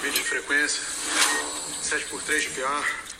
bits de frequência, 7x3 de PA.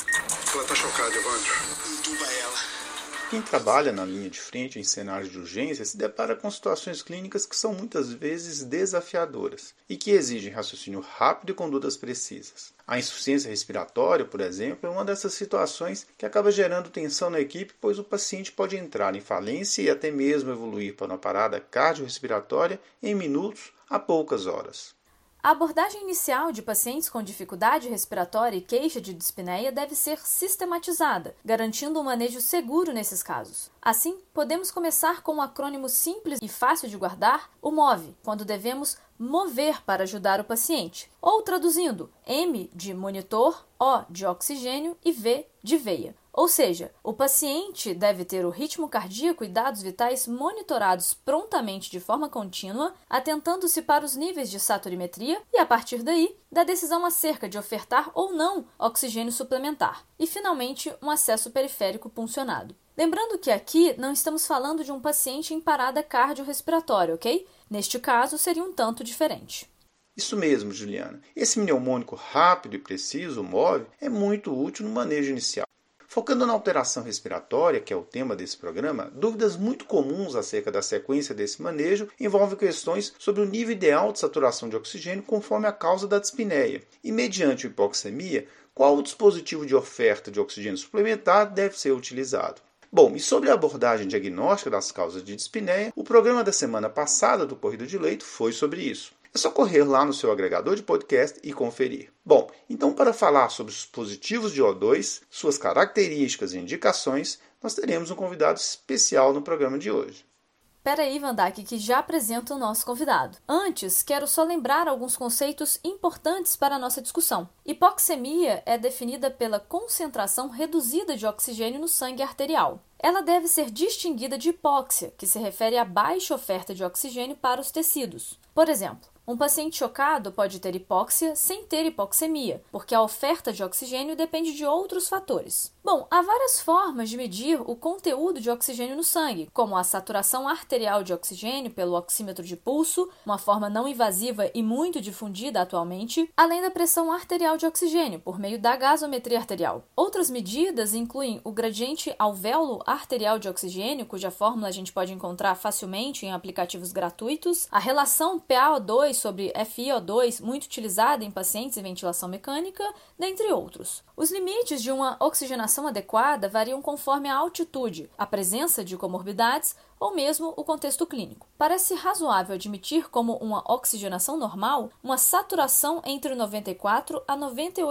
Ela tá chocada, Evandro. Entuba ela. Quem trabalha na linha de frente em cenários de urgência se depara com situações clínicas que são muitas vezes desafiadoras e que exigem raciocínio rápido e condutas precisas. A insuficiência respiratória, por exemplo, é uma dessas situações que acaba gerando tensão na equipe, pois o paciente pode entrar em falência e até mesmo evoluir para uma parada cardiorrespiratória em minutos a poucas horas. A abordagem inicial de pacientes com dificuldade respiratória e queixa de dispneia deve ser sistematizada, garantindo um manejo seguro nesses casos. Assim, podemos começar com um acrônimo simples e fácil de guardar, o MOVE, quando devemos mover para ajudar o paciente. Ou traduzindo, M de monitor, O de oxigênio e V de veia. Ou seja, o paciente deve ter o ritmo cardíaco e dados vitais monitorados prontamente de forma contínua, atentando-se para os níveis de saturimetria e, a partir daí, da decisão acerca de ofertar ou não oxigênio suplementar. E, finalmente, um acesso periférico puncionado. Lembrando que aqui não estamos falando de um paciente em parada cardiorrespiratória, ok? Neste caso, seria um tanto diferente. Isso mesmo, Juliana. Esse mnemônico rápido e preciso, o MOVE, é muito útil no manejo inicial. Focando na alteração respiratória, que é o tema desse programa, dúvidas muito comuns acerca da sequência desse manejo envolvem questões sobre o nível ideal de saturação de oxigênio conforme a causa da dispneia. E, mediante a hipoxemia, qual o dispositivo de oferta de oxigênio suplementar deve ser utilizado. Bom, e sobre a abordagem diagnóstica das causas de dispneia, o programa da semana passada do Corrida de Leito foi sobre isso. É só correr lá no seu agregador de podcast e conferir. Bom, então para falar sobre os dispositivos de O2, suas características e indicações, nós teremos um convidado especial no programa de hoje. Espera aí, Vandak, que já apresento o nosso convidado. Antes, quero só lembrar alguns conceitos importantes para a nossa discussão. Hipoxemia é definida pela concentração reduzida de oxigênio no sangue arterial. Ela deve ser distinguida de hipóxia, que se refere à baixa oferta de oxigênio para os tecidos. Por exemplo, um paciente chocado pode ter hipóxia sem ter hipoxemia, porque a oferta de oxigênio depende de outros fatores. Bom, há várias formas de medir o conteúdo de oxigênio no sangue, como a saturação arterial de oxigênio pelo oxímetro de pulso, uma forma não invasiva e muito difundida atualmente, além da pressão arterial de oxigênio, por meio da gasometria arterial. Outras medidas incluem o gradiente alvéolo arterial de oxigênio, cuja fórmula a gente pode encontrar facilmente em aplicativos gratuitos, a relação PaO2 sobre FiO2, muito utilizada em pacientes em ventilação mecânica, dentre outros. Os limites de uma oxigenação adequada variam conforme a altitude, a presença de comorbidades ou mesmo o contexto clínico. Parece razoável admitir como uma oxigenação normal uma saturação entre 94% a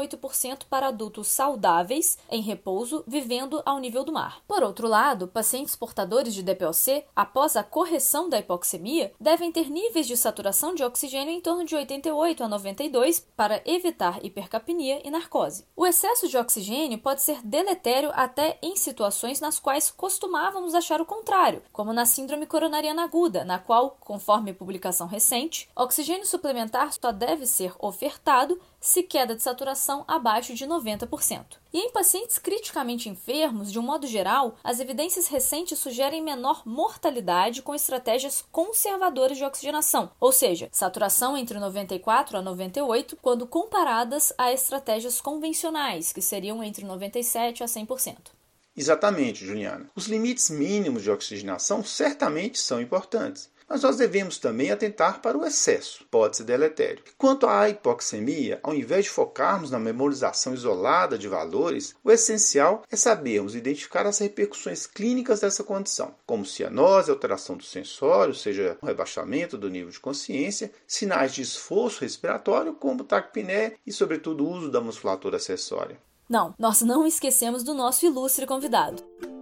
98% para adultos saudáveis, em repouso, vivendo ao nível do mar. Por outro lado, pacientes portadores de DPOC, após a correção da hipoxemia, devem ter níveis de saturação de oxigênio em torno de 88% a 92% para evitar hipercapnia e narcose. O excesso de oxigênio pode ser deletério até em situações nas quais costumávamos achar o contrário, como na síndrome coronariana aguda, na qual, conforme publicação recente, oxigênio suplementar só deve ser ofertado se queda de saturação abaixo de 90%. E em pacientes criticamente enfermos, de um modo geral, as evidências recentes sugerem menor mortalidade com estratégias conservadoras de oxigenação, ou seja, saturação entre 94% a 98%, quando comparadas a estratégias convencionais, que seriam entre 97% a 100%. Exatamente, Juliana. Os limites mínimos de oxigenação certamente são importantes, mas nós devemos também atentar para o excesso, pode ser deletério. Quanto à hipoxemia, ao invés de focarmos na memorização isolada de valores, o essencial é sabermos identificar as repercussões clínicas dessa condição, como cianose, alteração do sensório, ou seja, rebaixamento do nível de consciência, sinais de esforço respiratório, como taquipneia e, sobretudo, o uso da musculatura acessória. Não, nós não esquecemos do nosso ilustre convidado.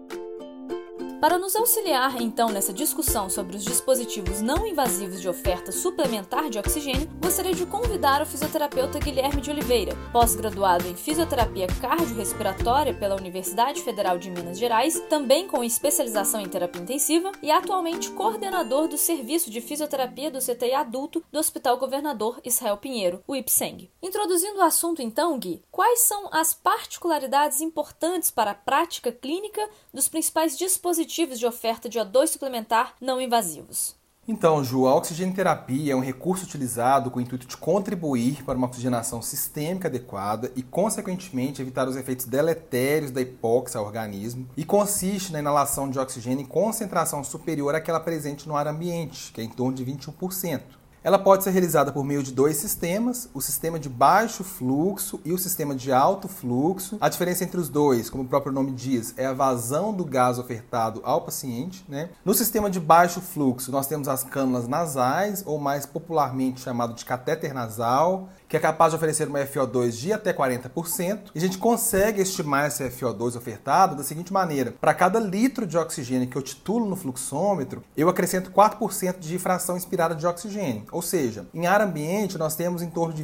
Para nos auxiliar, então, nessa discussão sobre os dispositivos não invasivos de oferta suplementar de oxigênio, gostaria de convidar o fisioterapeuta Guilherme de Oliveira, pós-graduado em fisioterapia cardiorrespiratória pela Universidade Federal de Minas Gerais, também com especialização em terapia intensiva e atualmente coordenador do Serviço de Fisioterapia do CTI Adulto do Hospital Governador Israel Pinheiro, o IPSENG. Introduzindo o assunto, então, Gui, quais são as particularidades importantes para a prática clínica dos principais dispositivos de oferta de O2 suplementar não invasivos? Então, Ju, a oxigenoterapia é um recurso utilizado com o intuito de contribuir para uma oxigenação sistêmica adequada e, consequentemente, evitar os efeitos deletérios da hipóxia ao organismo e consiste na inalação de oxigênio em concentração superior àquela presente no ar ambiente, que é em torno de 21%. Ela pode ser realizada por meio de dois sistemas, o sistema de baixo fluxo e o sistema de alto fluxo. A diferença entre os dois, como o próprio nome diz, é a vazão do gás ofertado ao paciente, né? No sistema de baixo fluxo, nós temos as cânulas nasais, ou mais popularmente chamado de catéter nasal, que é capaz de oferecer uma FO2 de até 40%. E a gente consegue estimar esse FO2 ofertado da seguinte maneira: para cada litro de oxigênio que eu titulo no fluxômetro, eu acrescento 4% de fração inspirada de oxigênio. Ou seja, em ar ambiente nós temos em torno de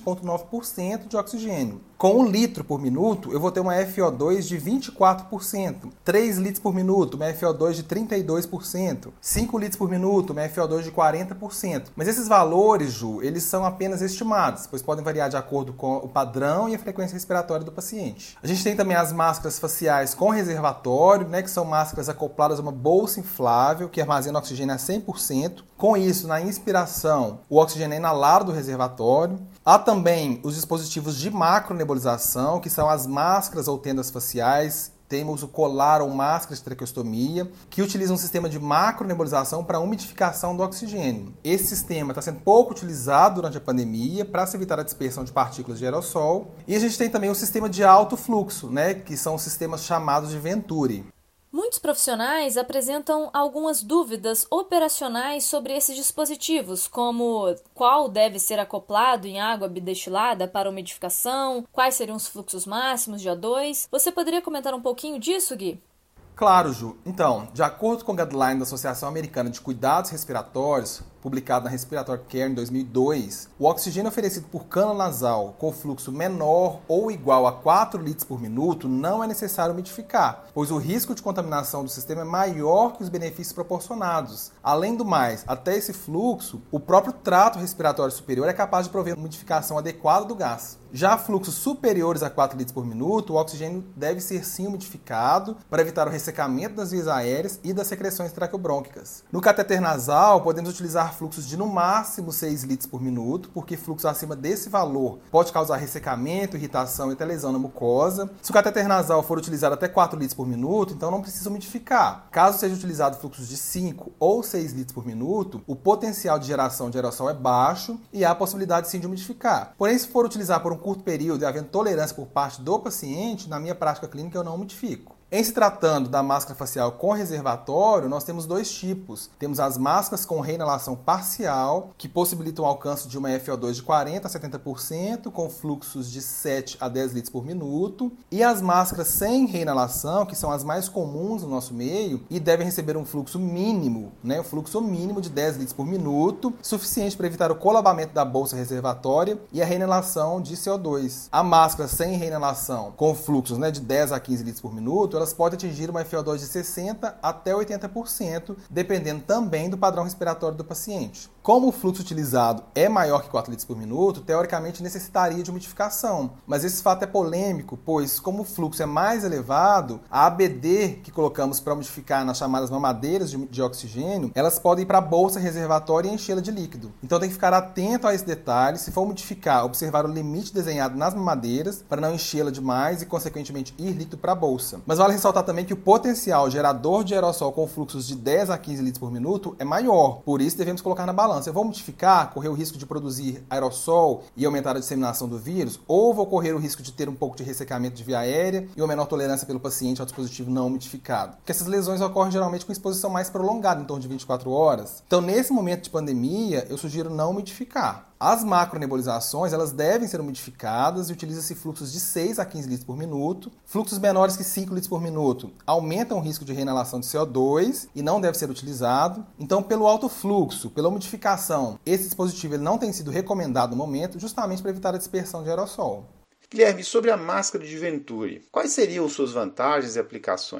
20,9% de oxigênio. Com 1 litro por minuto, eu vou ter uma FO2 de 24%. 3 litros por minuto, uma FO2 de 32%. 5 litros por minuto, uma FO2 de 40%. Mas esses valores, Ju, eles são apenas estimados, pois podem variar de acordo com o padrão e a frequência respiratória do paciente. A gente tem também as máscaras faciais com reservatório, né, que são máscaras acopladas a uma bolsa inflável que armazena oxigênio a 100%. Com isso, na inspiração, o oxigênio é inalado do reservatório. Há também os dispositivos de macronebulização, que são as máscaras ou tendas faciais. Temos o colar ou máscara de traqueostomia, que utiliza um sistema de macronebulização para umidificação do oxigênio. Esse sistema está sendo pouco utilizado durante a pandemia para se evitar a dispersão de partículas de aerossol. E a gente tem também o sistema de alto fluxo, né, que são os sistemas chamados de Venturi. Muitos profissionais apresentam algumas dúvidas operacionais sobre esses dispositivos, como qual deve ser acoplado em água bidestilada para umidificação, quais seriam os fluxos máximos de O2. Você poderia comentar um pouquinho disso, Gui? Claro, Ju. Então, de acordo com o guideline da Associação Americana de Cuidados Respiratórios, publicado na Respiratory Care em 2002, o oxigênio oferecido por cânula nasal com fluxo menor ou igual a 4 litros por minuto não é necessário umidificar, pois o risco de contaminação do sistema é maior que os benefícios proporcionados. Além do mais, até esse fluxo, o próprio trato respiratório superior é capaz de prover uma umidificação adequada do gás. Já fluxos superiores a 4 litros por minuto, o oxigênio deve ser sim umidificado para evitar o ressecamento das vias aéreas e das secreções traqueobrônquicas. No catéter nasal, podemos utilizar fluxos de no máximo 6 litros por minuto, porque fluxo acima desse valor pode causar ressecamento, irritação e até lesão na mucosa. Se o catéter nasal for utilizado até 4 litros por minuto, então não precisa umidificar. Caso seja utilizado fluxos de 5 ou 6 litros por minuto, o potencial de geração de aerossol é baixo e há a possibilidade sim de umidificar. Porém, se for utilizar por um curto período e havendo tolerância por parte do paciente, na minha prática clínica eu não umidifico. Em se tratando da máscara facial com reservatório, nós temos dois tipos. Temos as máscaras com reinalação parcial, que possibilitam o alcance de uma FO2 de 40% a 70%, com fluxos de 7 a 10 litros por minuto. E as máscaras sem reinalação, que são as mais comuns no nosso meio, e devem receber um fluxo mínimo, né? Um fluxo mínimo de 10 litros por minuto, suficiente para evitar o colabamento da bolsa reservatória e a reinalação de CO2. A máscara sem reinalação, com fluxos, né, de 10 a 15 litros por minuto, elas podem atingir uma FO2 de 60% até 80%, dependendo também do padrão respiratório do paciente. Como o fluxo utilizado é maior que 4 litros por minuto, teoricamente necessitaria de umidificação. Mas esse fato é polêmico, pois como o fluxo é mais elevado, a ABD que colocamos para umidificar nas chamadas mamadeiras de oxigênio, elas podem ir para a bolsa reservatória e enchê-la de líquido. Então tem que ficar atento a esse detalhe. Se for umidificar, observar o limite desenhado nas mamadeiras para não enchê-la demais e, consequentemente, ir líquido para a bolsa. Mas vale ressaltar também que o potencial gerador de aerossol com fluxos de 10 a 15 litros por minuto é maior. Por isso devemos colocar na balança. Eu vou umidificar, correr o risco de produzir aerossol e aumentar a disseminação do vírus, ou vou correr o risco de ter um pouco de ressecamento de via aérea e uma menor tolerância pelo paciente ao dispositivo não umidificado. Porque essas lesões ocorrem geralmente com exposição mais prolongada, em torno de 24 horas. Então, nesse momento de pandemia, eu sugiro não umidificar. As macronebulizações, elas devem ser umidificadas e utiliza-se fluxos de 6 a 15 litros por minuto. Fluxos menores que 5 litros por minuto aumentam o risco de reinalação de CO2 e não deve ser utilizado. Então, pelo alto fluxo, pela umidificação, esse dispositivo ele não tem sido recomendado no momento, justamente para evitar a dispersão de aerossol. Guilherme, sobre a máscara de Venturi, quais seriam suas vantagens e aplicações?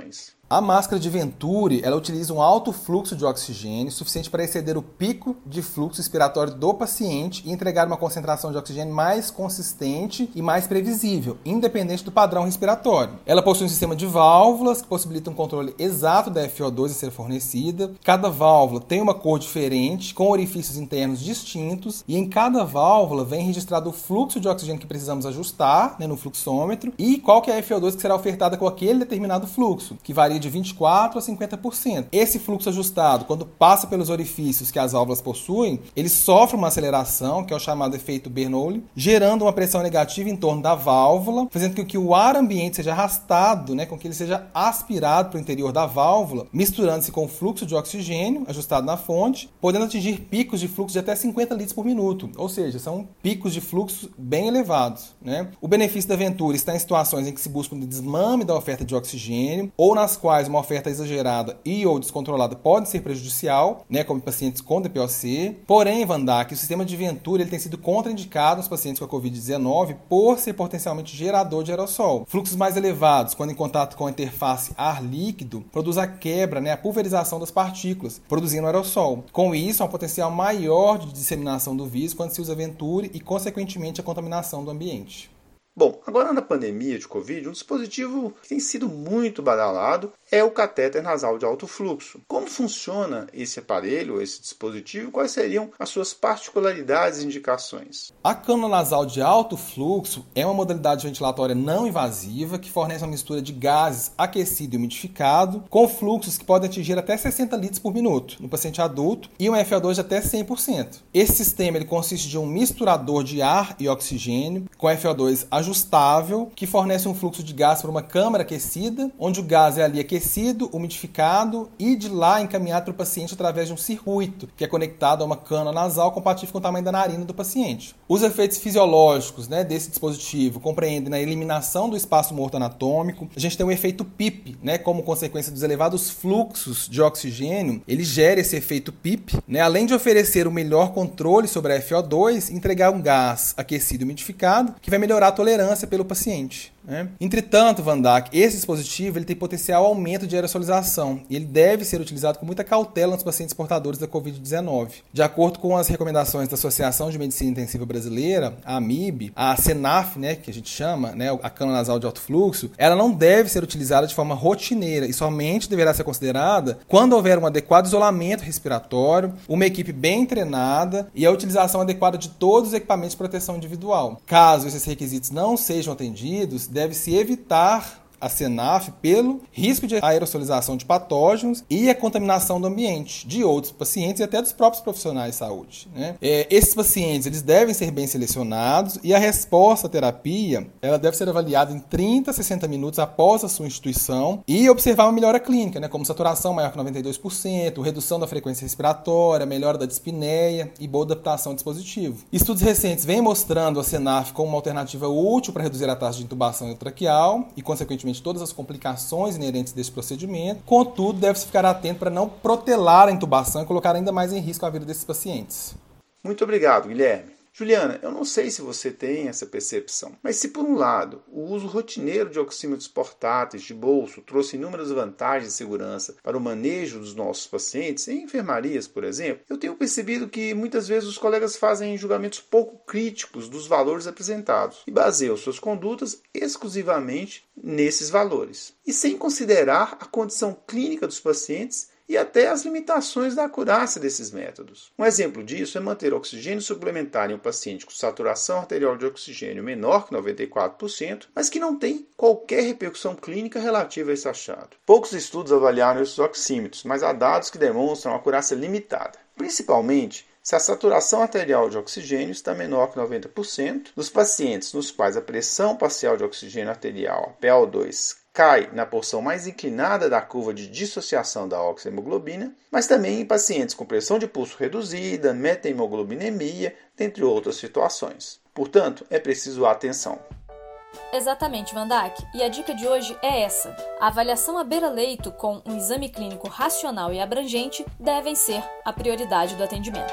A máscara de Venturi, ela utiliza um alto fluxo de oxigênio suficiente para exceder o pico de fluxo expiratório do paciente e entregar uma concentração de oxigênio mais consistente e mais previsível, independente do padrão respiratório. Ela possui um sistema de válvulas que possibilita um controle exato da FiO2 a ser fornecida. Cada válvula tem uma cor diferente, com orifícios internos distintos, e em cada válvula vem registrado o fluxo de oxigênio que precisamos ajustar, no fluxômetro, e qual que é a FiO2 que será ofertada com aquele determinado fluxo, que varia de 24% a 50%. Esse fluxo ajustado, quando passa pelos orifícios que as válvulas possuem, ele sofre uma aceleração, que é o chamado efeito Bernoulli, gerando uma pressão negativa em torno da válvula, fazendo com que o ar ambiente seja arrastado, com que ele seja aspirado para o interior da válvula, misturando-se com o fluxo de oxigênio ajustado na fonte, podendo atingir picos de fluxo de até 50 litros por minuto, ou seja, são picos de fluxo bem elevados. O benefício da Venturi está em situações em que se busca um desmame da oferta de oxigênio, ou nas quais uma oferta exagerada e ou descontrolada pode ser prejudicial, como pacientes com DPOC. Porém, Van Dijk, o sistema de Venturi ele tem sido contraindicado nos pacientes com a Covid-19 por ser potencialmente gerador de aerossol. Fluxos mais elevados, quando em contato com a interface ar líquido, produz a quebra, a pulverização das partículas, produzindo aerossol. Com isso, há um potencial maior de disseminação do vírus quando se usa Venturi e, consequentemente, a contaminação do ambiente. Bom, agora na pandemia de Covid, um dispositivo que tem sido muito badalado é o catéter nasal de alto fluxo. Como funciona esse aparelho, esse dispositivo? Quais seriam as suas particularidades e indicações? A cânula nasal de alto fluxo é uma modalidade ventilatória não invasiva que fornece uma mistura de gases aquecido e umidificado com fluxos que podem atingir até 60 litros por minuto no paciente adulto e uma FiO2 de até 100%. Esse sistema ele consiste de um misturador de ar e oxigênio com FiO2 ajustável que fornece um fluxo de gás para uma câmara aquecida, onde o gás é ali aquecido, umidificado e de lá encaminhado para o paciente através de um circuito que é conectado a uma cânula nasal compatível com o tamanho da narina do paciente. Os efeitos fisiológicos desse dispositivo compreendem a eliminação do espaço morto anatômico. A gente tem um efeito PIP, como consequência dos elevados fluxos de oxigênio, ele gera esse efeito PIP, além de oferecer o melhor controle sobre a FiO2, entregar um gás aquecido e umidificado que vai melhorar a tolerância pelo paciente. Entretanto, Van Dijk, esse dispositivo ele tem potencial aumento de aerosolização e ele deve ser utilizado com muita cautela nos pacientes portadores da Covid-19. De acordo com as recomendações da Associação de Medicina Intensiva Brasileira, a AMIB, a CENAF, que a gente chama, a cânula nasal de alto fluxo, ela não deve ser utilizada de forma rotineira e somente deverá ser considerada quando houver um adequado isolamento respiratório, uma equipe bem treinada e a utilização adequada de todos os equipamentos de proteção individual. Caso esses requisitos não sejam atendidos, deve-se evitar a CENAF pelo risco de aerosolização de patógenos e a contaminação do ambiente, de outros pacientes e até dos próprios profissionais de saúde. Esses pacientes eles devem ser bem selecionados e a resposta à terapia ela deve ser avaliada em 30 a 60 minutos após a sua instituição e observar uma melhora clínica, como saturação maior que 92%, redução da frequência respiratória, melhora da dispneia e boa adaptação ao dispositivo. Estudos recentes vêm mostrando a CENAF como uma alternativa útil para reduzir a taxa de intubação traqueal e, consequentemente, todas as complicações inerentes desse procedimento. Contudo, deve-se ficar atento para não protelar a intubação e colocar ainda mais em risco a vida desses pacientes. Muito obrigado, Guilherme. Juliana, eu não sei se você tem essa percepção, mas se por um lado o uso rotineiro de oxímetros portáteis de bolso trouxe inúmeras vantagens de segurança para o manejo dos nossos pacientes, em enfermarias, por exemplo, eu tenho percebido que muitas vezes os colegas fazem julgamentos pouco críticos dos valores apresentados e baseiam suas condutas exclusivamente nesses valores, e sem considerar a condição clínica dos pacientes e até as limitações da acurácia desses métodos. Um exemplo disso é manter oxigênio suplementar em um paciente com saturação arterial de oxigênio menor que 94%, mas que não tem qualquer repercussão clínica relativa a esse achado. Poucos estudos avaliaram esses oxímetros, mas há dados que demonstram acurácia limitada, principalmente se a saturação arterial de oxigênio está menor que 90%, nos pacientes nos quais a pressão parcial de oxigênio arterial, PaO2, cai na porção mais inclinada da curva de dissociação da oxihemoglobina, mas também em pacientes com pressão de pulso reduzida, metahemoglobinemia, dentre outras situações. Portanto, é preciso atenção. Exatamente, Van Dijk. E a dica de hoje é essa. A avaliação à beira-leito com um exame clínico racional e abrangente devem ser a prioridade do atendimento.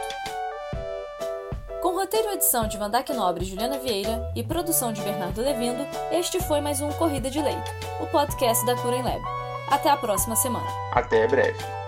Com roteiro e edição de Van Dijk Nobre e Juliana Vieira e produção de Bernardo Levindo, este foi mais um Corrida de Leito, o podcast da Cura em Lab. Até a próxima semana. Até breve.